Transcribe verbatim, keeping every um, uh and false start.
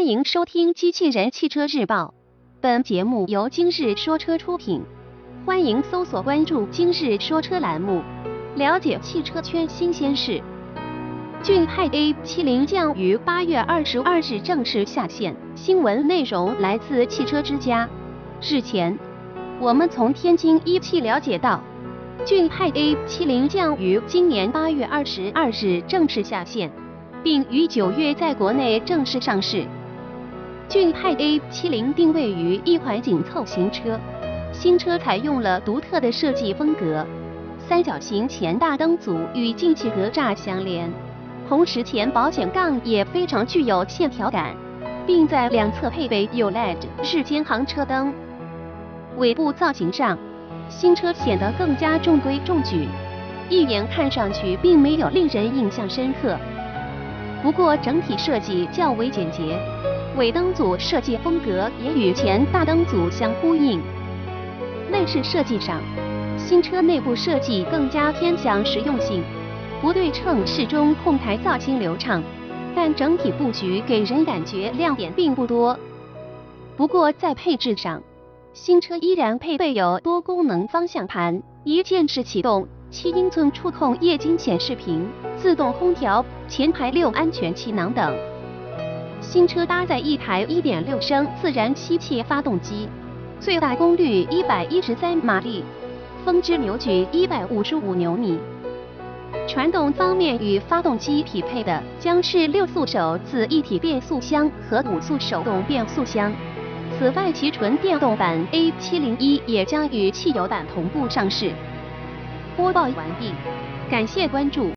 迎收听《机器人汽车日报》，本节目由今日说车出品。欢迎搜索关注“今日说车”栏目，了解汽车圈新鲜事。骏派 A 七零 将于八月二十二日正式下线。新闻内容来自汽车之家。日前，我们从天津一汽了解到，骏派 A 七零 将于今年八月二十二日正式下线，并于九月在国内正式上市。骏派 A 七零 定位于一款紧凑型车，新车采用了独特的设计风格，三角形前大灯组与进气格栅相连，同时前保险杠也非常具有线条感，并在两侧配备有 L E D 日间行车灯。尾部造型上，新车显得更加中规中矩，一眼看上去并没有令人印象深刻。不过整体设计较为简洁，尾灯组设计风格也与前大灯组相呼应。内饰设计上，新车内部设计更加偏向实用性，不对称适中控台造型流畅，但整体布局给人感觉亮点并不多。不过在配置上，新车依然配备有多功能方向盘、一键式启动、七英寸触控液晶显示屏、自动空调、前排六安全气囊等。新车搭载一台 一点六升自然吸气发动机，最大功率一百一十三马力，峰值扭矩一百五十五牛米。传动方面与发动机匹配的将是六速手自一体变速箱和五速手动变速箱。此外，其纯电动版 A 七零一 也将与汽油版同步上市。播报完毕，感谢关注。